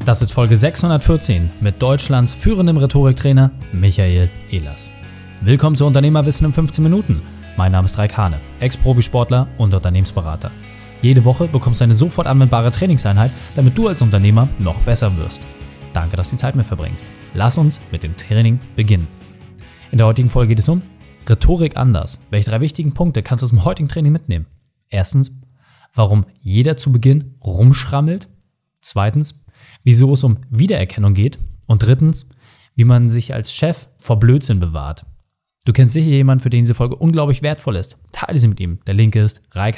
Das ist Folge 614 mit Deutschlands führendem Rhetoriktrainer Michael Ehlers. Willkommen zu Unternehmerwissen in 15 Minuten. Mein Name ist Raik Hane, Ex-Profisportler und Unternehmensberater. Jede Woche bekommst du eine sofort anwendbare Trainingseinheit, damit du als Unternehmer noch besser wirst. Danke, dass du die Zeit mit verbringst. Lass uns mit dem Training beginnen. In der heutigen Folge geht es um Rhetorik anders. Welche 3 wichtigen Punkte kannst du aus dem heutigen Training mitnehmen? Erstens, warum jeder zu Beginn rumschrammelt. Zweitens, wieso es um Wiedererkennung geht. Und drittens, wie man sich als Chef vor Blödsinn bewahrt. Du kennst sicher jemanden, für den diese Folge unglaublich wertvoll ist. Teile sie mit ihm. Der Link ist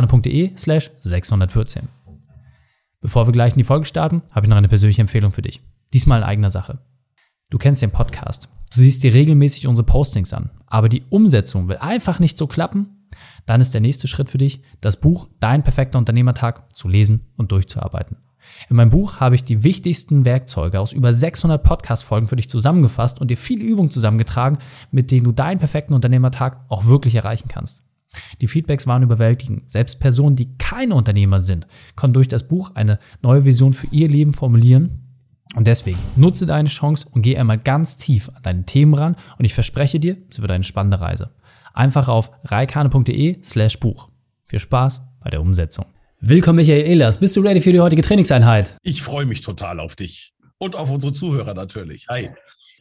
raikhane.de/614. Bevor wir gleich in die Folge starten, habe ich noch eine persönliche Empfehlung für dich. Diesmal in eigener Sache. Du kennst den Podcast. Du siehst dir regelmäßig unsere Postings an. Aber die Umsetzung will einfach nicht so klappen. Dann ist der nächste Schritt für dich, das Buch Dein perfekter Unternehmertag zu lesen und durchzuarbeiten. In meinem Buch habe ich die wichtigsten Werkzeuge aus über 600 Podcast-Folgen für dich zusammengefasst und dir viele Übungen zusammengetragen, mit denen du deinen perfekten Unternehmertag auch wirklich erreichen kannst. Die Feedbacks waren überwältigend. Selbst Personen, die keine Unternehmer sind, konnten durch das Buch eine neue Vision für ihr Leben formulieren. Und deswegen nutze deine Chance und geh einmal ganz tief an deine Themen ran und ich verspreche dir, es wird eine spannende Reise. Einfach auf raikhane.de/Buch. Viel Spaß bei der Umsetzung. Willkommen, Michael Ehlers. Bist du ready für die heutige Trainingseinheit? Ich freue mich total auf dich und auf unsere Zuhörer natürlich. Hi.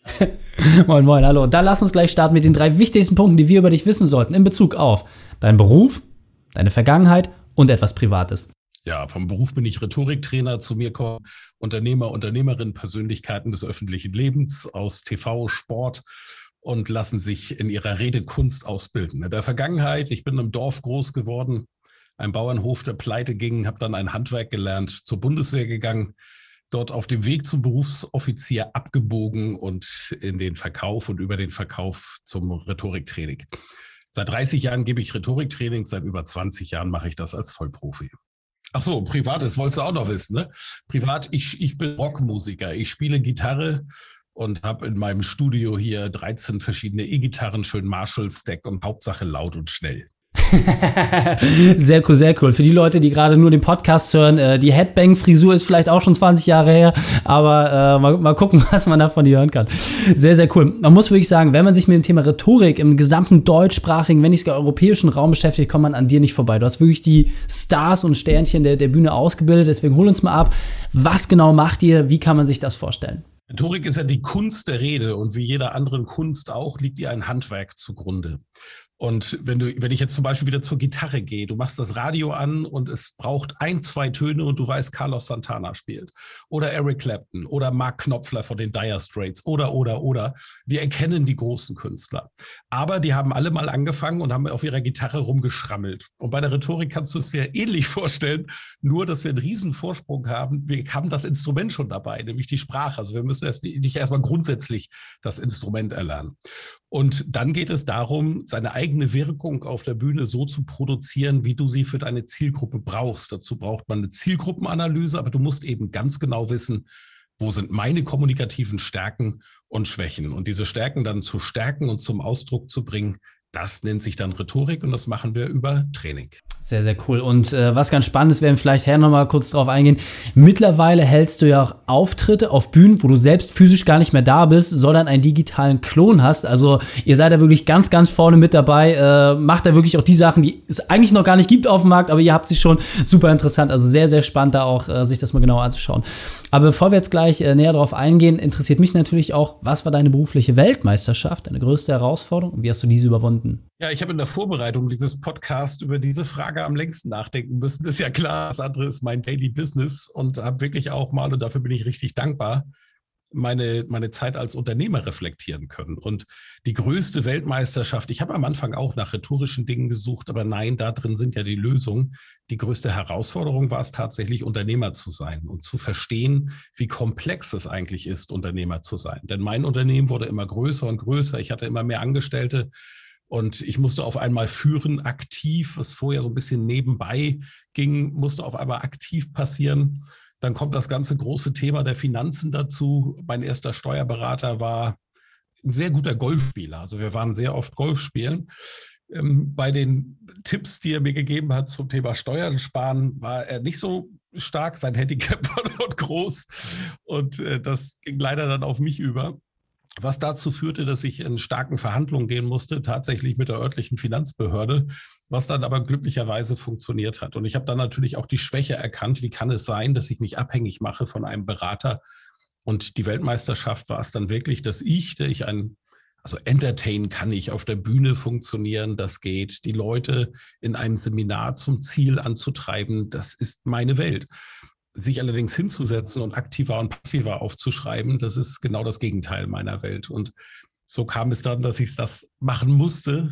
Moin, moin, hallo. Und dann lass uns gleich starten mit den 3 wichtigsten Punkten, die wir über dich wissen sollten in Bezug auf deinen Beruf, deine Vergangenheit und etwas Privates. Ja, vom Beruf bin ich Rhetoriktrainer. Zu mir kommen Unternehmer, Unternehmerinnen, Persönlichkeiten des öffentlichen Lebens aus TV, Sport und lassen sich in ihrer Redekunst ausbilden. In der Vergangenheit, ich bin im Dorf groß geworden, ein Bauernhof, der pleite ging, habe dann ein Handwerk gelernt, zur Bundeswehr gegangen, dort auf dem Weg zum Berufsoffizier abgebogen und in den Verkauf und über den Verkauf zum Rhetoriktraining. Seit 30 Jahren gebe ich Rhetoriktraining, seit über 20 Jahren mache ich das als Vollprofi. Ach so, privat, das wolltest du auch noch wissen, ne? Privat, ich bin Rockmusiker, ich spiele Gitarre und habe in meinem Studio hier 13 verschiedene E-Gitarren, schön Marshall-Stack und Hauptsache laut und schnell. Sehr cool, sehr cool. Für die Leute, die gerade nur den Podcast hören, die Headbang-Frisur ist vielleicht auch schon 20 Jahre her, aber mal gucken, was man davon hier hören kann. Sehr, sehr cool. Man muss wirklich sagen, wenn man sich mit dem Thema Rhetorik im gesamten deutschsprachigen, wenn nicht sogar europäischen Raum beschäftigt, kommt man an dir nicht vorbei. Du hast wirklich die Stars und Sternchen der Bühne ausgebildet, deswegen hol uns mal ab. Was genau macht ihr? Wie kann man sich das vorstellen? Rhetorik ist ja die Kunst der Rede und wie jeder anderen Kunst auch, liegt ihr ein Handwerk zugrunde. Und wenn ich jetzt zum Beispiel wieder zur Gitarre gehe, du machst das Radio an und es braucht 1, 2 Töne und du weißt, Carlos Santana spielt oder Eric Clapton oder Mark Knopfler von den Dire Straits oder. Wir erkennen die großen Künstler. Aber die haben alle mal angefangen und haben auf ihrer Gitarre rumgeschrammelt. Und bei der Rhetorik kannst du es dir ähnlich vorstellen, nur dass wir einen riesen Vorsprung haben. Wir haben das Instrument schon dabei, nämlich die Sprache. Also wir müssen nicht erstmal grundsätzlich das Instrument erlernen. Und dann geht es darum, seine eigene Wirkung auf der Bühne so zu produzieren, wie du sie für deine Zielgruppe brauchst. Dazu braucht man eine Zielgruppenanalyse, aber du musst eben ganz genau wissen, wo sind meine kommunikativen Stärken und Schwächen. Und diese Stärken dann zu stärken und zum Ausdruck zu bringen, das nennt sich dann Rhetorik und das machen wir über Training. Sehr, sehr cool. Und was ganz spannend ist, werden wir vielleicht noch mal kurz drauf eingehen. Mittlerweile hältst du ja auch Auftritte auf Bühnen, wo du selbst physisch gar nicht mehr da bist, sondern einen digitalen Klon hast. Also ihr seid da wirklich ganz, ganz vorne mit dabei. Macht da wirklich auch die Sachen, die es eigentlich noch gar nicht gibt auf dem Markt, aber ihr habt sie schon. Super interessant. Also sehr, sehr spannend, da auch sich das mal genauer anzuschauen. Aber bevor wir jetzt gleich näher drauf eingehen, interessiert mich natürlich auch, was war deine berufliche Weltmeisterschaft, deine größte Herausforderung und wie hast du diese überwunden? Ja, ich habe in der Vorbereitung dieses Podcast über diese Frage am längsten nachdenken müssen. Das ist ja klar, das andere ist mein Daily Business und habe wirklich auch mal, und dafür bin ich richtig dankbar, meine Zeit als Unternehmer reflektieren können. Und die größte Weltmeisterschaft, ich habe am Anfang auch nach rhetorischen Dingen gesucht, aber nein, da drin sind ja die Lösungen. Die größte Herausforderung war es tatsächlich, Unternehmer zu sein und zu verstehen, wie komplex es eigentlich ist, Unternehmer zu sein. Denn mein Unternehmen wurde immer größer und größer. Ich hatte immer mehr Angestellte. Und ich musste auf einmal führen, aktiv, was vorher so ein bisschen nebenbei ging, musste auf einmal aktiv passieren. Dann kommt das ganze große Thema der Finanzen dazu. Mein erster Steuerberater war ein sehr guter Golfspieler. Also wir waren sehr oft Golf spielen. Bei den Tipps, die er mir gegeben hat zum Thema Steuern sparen, war er nicht so stark, sein Handicap war dort groß und das ging leider dann auf mich über. Was dazu führte, dass ich in starken Verhandlungen gehen musste, tatsächlich mit der örtlichen Finanzbehörde, was dann aber glücklicherweise funktioniert hat. Und ich habe dann natürlich auch die Schwäche erkannt, wie kann es sein, dass ich mich abhängig mache von einem Berater. Und die Weltmeisterschaft war es dann wirklich, dass also entertainen kann ich, auf der Bühne funktionieren, das geht. Die Leute in einem Seminar zum Ziel anzutreiben, das ist meine Welt. Sich allerdings hinzusetzen und aktiver und passiver aufzuschreiben, das ist genau das Gegenteil meiner Welt. Und so kam es dann, dass ich das machen musste.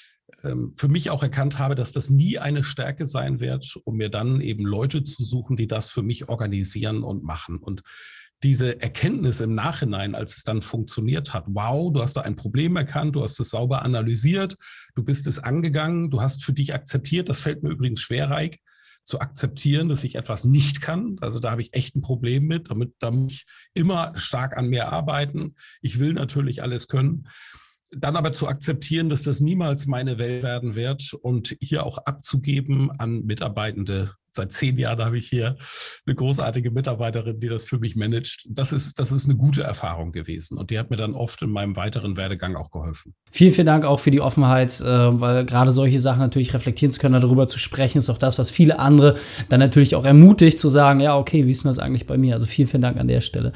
Für mich auch erkannt habe, dass das nie eine Stärke sein wird, um mir dann eben Leute zu suchen, die das für mich organisieren und machen. Und diese Erkenntnis im Nachhinein, als es dann funktioniert hat, wow, du hast da ein Problem erkannt, du hast es sauber analysiert, du bist es angegangen, du hast für dich akzeptiert, das fällt mir übrigens schwer, Raik, zu akzeptieren, dass ich etwas nicht kann. Also da habe ich echt ein Problem mit, da muss ich immer stark an mir arbeiten. Ich will natürlich alles können. Dann aber zu akzeptieren, dass das niemals meine Welt werden wird und hier auch abzugeben an Mitarbeitende. Seit 10 Jahren habe ich hier eine großartige Mitarbeiterin, die das für mich managt. Das ist eine gute Erfahrung gewesen und die hat mir dann oft in meinem weiteren Werdegang auch geholfen. Vielen, vielen Dank auch für die Offenheit, weil gerade solche Sachen natürlich reflektieren zu können, darüber zu sprechen, ist auch das, was viele andere dann natürlich auch ermutigt zu sagen, ja, okay, wie ist denn das eigentlich bei mir? Also vielen, vielen Dank an der Stelle.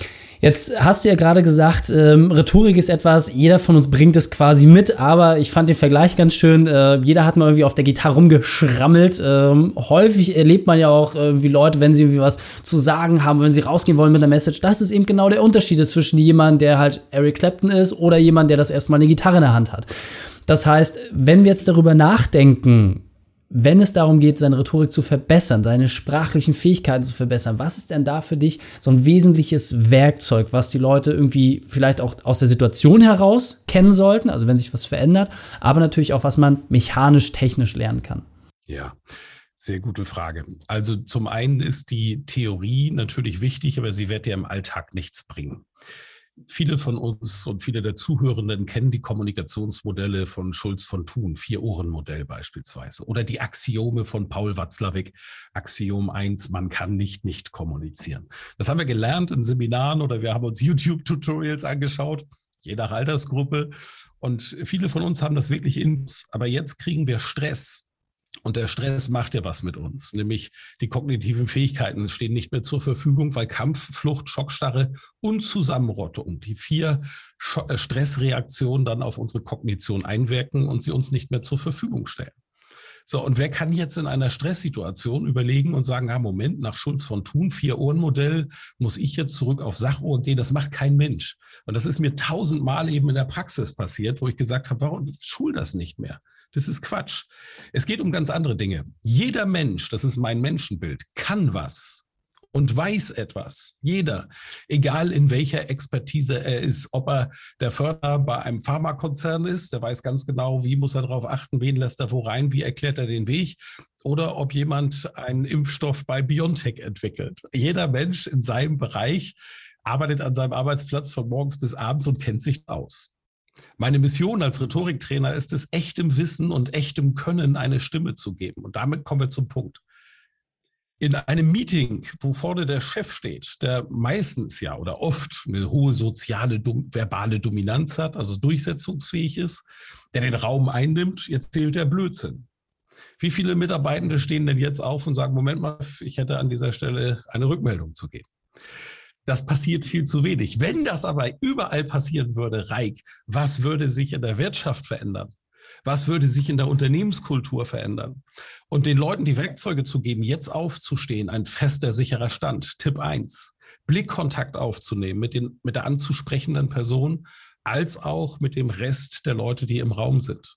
Jetzt hast du ja gerade gesagt, Rhetorik ist etwas, jeder von uns bringt es quasi mit, aber ich fand den Vergleich ganz schön. Jeder hat mal irgendwie auf der Gitarre rumgeschrammelt. Häufig erlebt man ja auch irgendwie Leute, wenn sie irgendwie was zu sagen haben, wenn sie rausgehen wollen mit einer Message. Das ist eben genau der Unterschied zwischen jemandem, der halt Eric Clapton ist oder jemand, der das erstmal eine Gitarre in der Hand hat. Das heißt, wenn wir jetzt darüber nachdenken, wenn es darum geht, seine Rhetorik zu verbessern, seine sprachlichen Fähigkeiten zu verbessern, was ist denn da für dich so ein wesentliches Werkzeug, was die Leute irgendwie vielleicht auch aus der Situation heraus kennen sollten, also wenn sich was verändert, aber natürlich auch, was man mechanisch, technisch lernen kann? Ja, sehr gute Frage. Also zum einen ist die Theorie natürlich wichtig, aber sie wird dir im Alltag nichts bringen. Viele von uns und viele der Zuhörenden kennen die Kommunikationsmodelle von Schulz von Thun, 4-Ohren-Modell beispielsweise, oder die Axiome von Paul Watzlawick, Axiom 1, man kann nicht kommunizieren. Das haben wir gelernt in Seminaren oder wir haben uns YouTube-Tutorials angeschaut, je nach Altersgruppe. Und viele von uns haben das wirklich in uns. Aber jetzt kriegen wir Stress. Und der Stress macht ja was mit uns, nämlich die kognitiven Fähigkeiten stehen nicht mehr zur Verfügung, weil Kampf, Flucht, Schockstarre und Zusammenrottung, die 4 Stressreaktionen dann auf unsere Kognition einwirken und sie uns nicht mehr zur Verfügung stellen. So, und wer kann jetzt in einer Stresssituation überlegen und sagen, Moment, nach Schulz von Thun, 4-Ohren-Modell, muss ich jetzt zurück auf Sachohr gehen? Das macht kein Mensch. Und das ist mir 1000-mal eben in der Praxis passiert, wo ich gesagt habe, warum schul das nicht mehr? Das ist Quatsch. Es geht um ganz andere Dinge. Jeder Mensch, das ist mein Menschenbild, kann was und weiß etwas. Jeder, egal in welcher Expertise er ist, ob er der Förderer bei einem Pharmakonzern ist, der weiß ganz genau, wie muss er darauf achten, wen lässt er wo rein, wie erklärt er den Weg, oder ob jemand einen Impfstoff bei BioNTech entwickelt. Jeder Mensch in seinem Bereich arbeitet an seinem Arbeitsplatz von morgens bis abends und kennt sich aus. Meine Mission als Rhetoriktrainer ist es, echtem Wissen und echtem Können eine Stimme zu geben. Und damit kommen wir zum Punkt. In einem Meeting, wo vorne der Chef steht, der meistens ja oder oft eine hohe soziale, verbale Dominanz hat, also durchsetzungsfähig ist, der den Raum einnimmt, jetzt zählt der Blödsinn. Wie viele Mitarbeitende stehen denn jetzt auf und sagen, Moment mal, ich hätte an dieser Stelle eine Rückmeldung zu geben? Das passiert viel zu wenig. Wenn das aber überall passieren würde, Raik, was würde sich in der Wirtschaft verändern? Was würde sich in der Unternehmenskultur verändern? Und den Leuten die Werkzeuge zu geben, jetzt aufzustehen, ein fester, sicherer Stand. Tipp 1, Blickkontakt aufzunehmen mit der anzusprechenden Person, als auch mit dem Rest der Leute, die im Raum sind.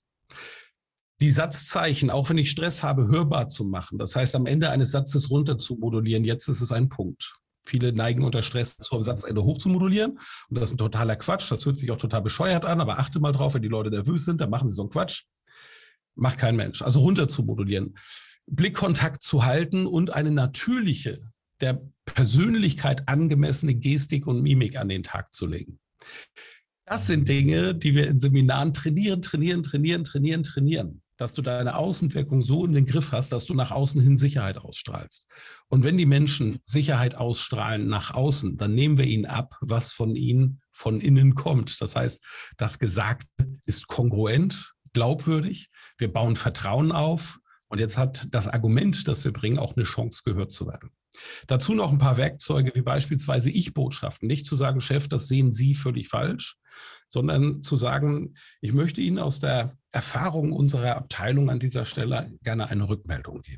Die Satzzeichen, auch wenn ich Stress habe, hörbar zu machen. Das heißt, am Ende eines Satzes runter zu modulieren. Jetzt ist es ein Punkt. Viele neigen unter Stress dazu, am Satzende hoch zu modulieren. Und das ist ein totaler Quatsch. Das hört sich auch total bescheuert an. Aber achte mal drauf, wenn die Leute nervös sind, dann machen sie so einen Quatsch. Macht kein Mensch. Also runter zu modulieren. Blickkontakt zu halten und eine natürliche, der Persönlichkeit angemessene Gestik und Mimik an den Tag zu legen. Das sind Dinge, die wir in Seminaren trainieren. dass du deine Außenwirkung so in den Griff hast, dass du nach außen hin Sicherheit ausstrahlst. Und wenn die Menschen Sicherheit ausstrahlen nach außen, dann nehmen wir ihnen ab, was von ihnen von innen kommt. Das heißt, das Gesagte ist kongruent, glaubwürdig. Wir bauen Vertrauen auf. Und jetzt hat das Argument, das wir bringen, auch eine Chance, gehört zu werden. Dazu noch ein paar Werkzeuge, wie beispielsweise Ich-Botschaften. Nicht zu sagen, Chef, das sehen Sie völlig falsch, sondern zu sagen, ich möchte Ihnen aus der Erfahrung unserer Abteilung an dieser Stelle gerne eine Rückmeldung geben.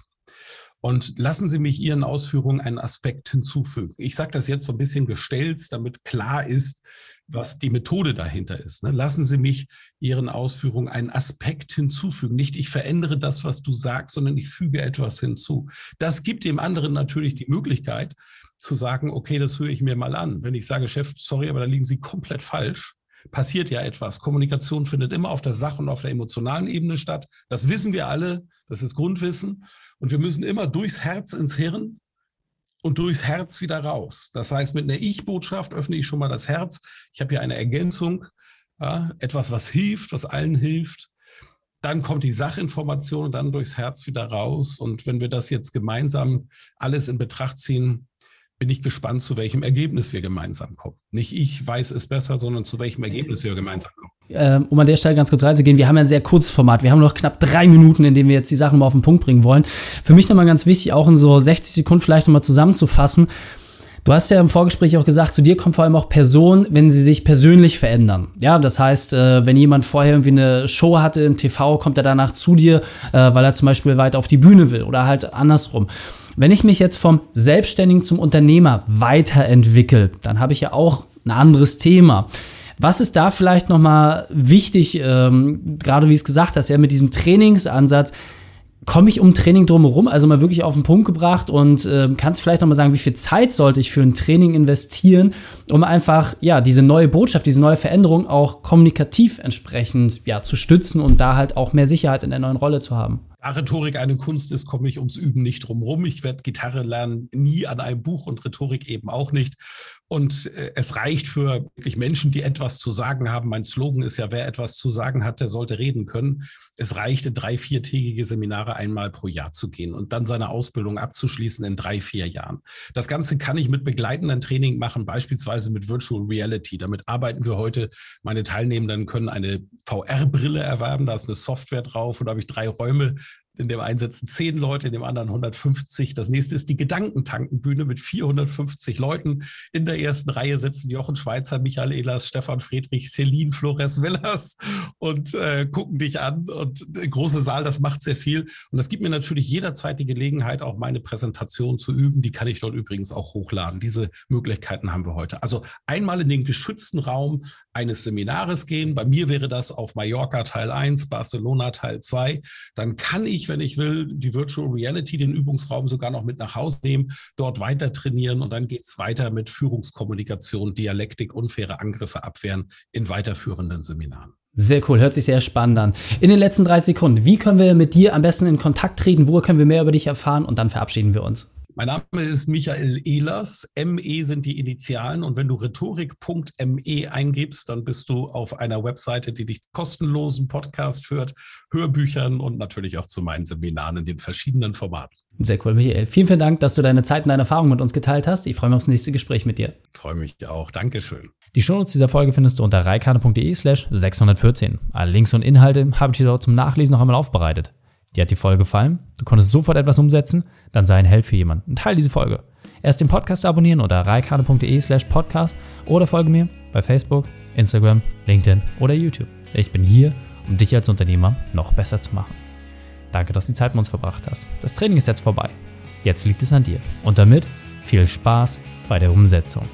Und lassen Sie mich Ihren Ausführungen einen Aspekt hinzufügen. Ich sage das jetzt so ein bisschen gestelzt, damit klar ist, was die Methode dahinter ist. Lassen Sie mich Ihren Ausführungen einen Aspekt hinzufügen. Nicht ich verändere das, was du sagst, sondern ich füge etwas hinzu. Das gibt dem anderen natürlich die Möglichkeit zu sagen, okay, das höre ich mir mal an. Wenn ich sage, Chef, sorry, aber da liegen Sie komplett falsch, passiert ja etwas. Kommunikation findet immer auf der Sach- und auf der emotionalen Ebene statt. Das wissen wir alle, das ist Grundwissen. Und wir müssen immer durchs Herz ins Hirn und durchs Herz wieder raus. Das heißt, mit einer Ich-Botschaft öffne ich schon mal das Herz. Ich habe hier eine Ergänzung, ja, etwas, was hilft, was allen hilft. Dann kommt die Sachinformation und dann durchs Herz wieder raus. Und wenn wir das jetzt gemeinsam alles in Betracht ziehen, bin ich gespannt, zu welchem Ergebnis wir gemeinsam kommen. Nicht ich weiß es besser, sondern zu welchem Ergebnis wir gemeinsam kommen. Um an der Stelle ganz kurz reinzugehen, wir haben ja ein sehr kurzes Format. Wir haben noch knapp 3 Minuten, in denen wir jetzt die Sachen mal auf den Punkt bringen wollen. Für mich nochmal ganz wichtig, auch in so 60 Sekunden vielleicht nochmal zusammenzufassen. Du hast ja im Vorgespräch auch gesagt, zu dir kommen vor allem auch Personen, wenn sie sich persönlich verändern. Ja, das heißt, wenn jemand vorher irgendwie eine Show hatte im TV, kommt er danach zu dir, weil er zum Beispiel weiter auf die Bühne will oder halt andersrum. Wenn ich mich jetzt vom Selbstständigen zum Unternehmer weiterentwickle, dann habe ich ja auch ein anderes Thema. Was ist da vielleicht nochmal wichtig, gerade wie es gesagt hast, ja, mit diesem Trainingsansatz, komme ich um Training drumherum, also mal wirklich auf den Punkt gebracht und kannst vielleicht nochmal sagen, wie viel Zeit sollte ich für ein Training investieren, um einfach, ja, diese neue Botschaft, diese neue Veränderung auch kommunikativ entsprechend, ja, zu stützen und da halt auch mehr Sicherheit in der neuen Rolle zu haben? Da Rhetorik eine Kunst ist, komme ich ums Üben nicht drum rum. Ich werde Gitarre lernen, nie an einem Buch und Rhetorik eben auch nicht. Und es reicht für wirklich Menschen, die etwas zu sagen haben. Mein Slogan ist ja, wer etwas zu sagen hat, der sollte reden können. Es reicht, in 3-4-tägige Seminare einmal pro Jahr zu gehen und dann seine Ausbildung abzuschließen in 3-4 Jahren. Das Ganze kann ich mit begleitenden Training machen, beispielsweise mit Virtual Reality. Damit arbeiten wir heute. Meine Teilnehmenden können eine VR-Brille erwerben, da ist eine Software drauf und da habe ich 3 Räume. In dem einen sitzen 10 Leute, in dem anderen 150. Das nächste ist die Gedankentankenbühne mit 450 Leuten. In der ersten Reihe sitzen Jochen Schweizer, Michael Ehlers, Stefan Friedrich, Celine Flores Villas und gucken dich an. Und der große Saal, das macht sehr viel. Und das gibt mir natürlich jederzeit die Gelegenheit, auch meine Präsentation zu üben. Die kann ich dort übrigens auch hochladen. Diese Möglichkeiten haben wir heute. Also einmal in den geschützten Raum eines Seminares gehen. Bei mir wäre das auf Mallorca Teil 1, Barcelona Teil 2. Dann kann ich, wenn ich will, die Virtual Reality, den Übungsraum sogar noch mit nach Hause nehmen, dort weiter trainieren und dann geht es weiter mit Führungskommunikation, Dialektik, unfaire Angriffe abwehren in weiterführenden Seminaren. Sehr cool, hört sich sehr spannend an. In den letzten 30 Sekunden, wie können wir mit dir am besten in Kontakt treten? Wo können wir mehr über dich erfahren? Und dann verabschieden wir uns. Mein Name ist Michael Ehlers. ME sind die Initialen. Und wenn du rhetorik.me eingibst, dann bist du auf einer Webseite, die dich kostenlosen Podcast führt, Hörbüchern und natürlich auch zu meinen Seminaren in den verschiedenen Formaten. Sehr cool, Michael. Vielen, vielen Dank, dass du deine Zeit und deine Erfahrungen mit uns geteilt hast. Ich freue mich aufs nächste Gespräch mit dir. Freue mich auch. Dankeschön. Die Shownotes dieser Folge findest du unter reikane.de/614. Alle Links und Inhalte habe ich dir dort zum Nachlesen noch einmal aufbereitet. Dir hat die Folge gefallen? Du konntest sofort etwas umsetzen? Dann sei ein Held für jemanden. Teil diese Folge. Erst den Podcast abonnieren unter reikane.de/podcast oder folge mir bei Facebook, Instagram, LinkedIn oder YouTube. Ich bin hier, um dich als Unternehmer noch besser zu machen. Danke, dass du die Zeit mit uns verbracht hast. Das Training ist jetzt vorbei. Jetzt liegt es an dir. Und damit viel Spaß bei der Umsetzung.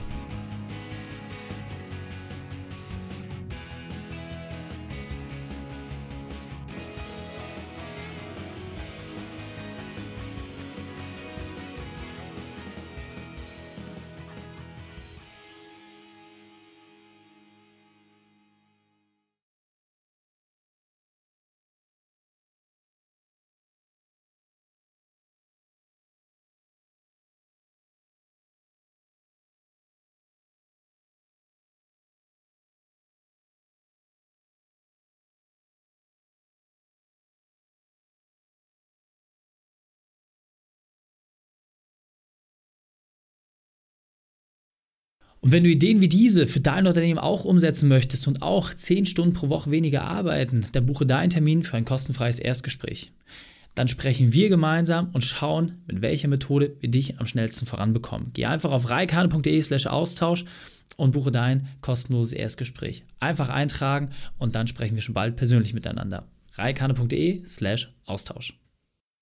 Und wenn du Ideen wie diese für dein Unternehmen auch umsetzen möchtest und auch 10 Stunden pro Woche weniger arbeiten, dann buche deinen Termin für ein kostenfreies Erstgespräch. Dann sprechen wir gemeinsam und schauen, mit welcher Methode wir dich am schnellsten voranbekommen. Geh einfach auf reikane.de/Austausch und buche dein kostenloses Erstgespräch. Einfach eintragen und dann sprechen wir schon bald persönlich miteinander. reikane.de/Austausch.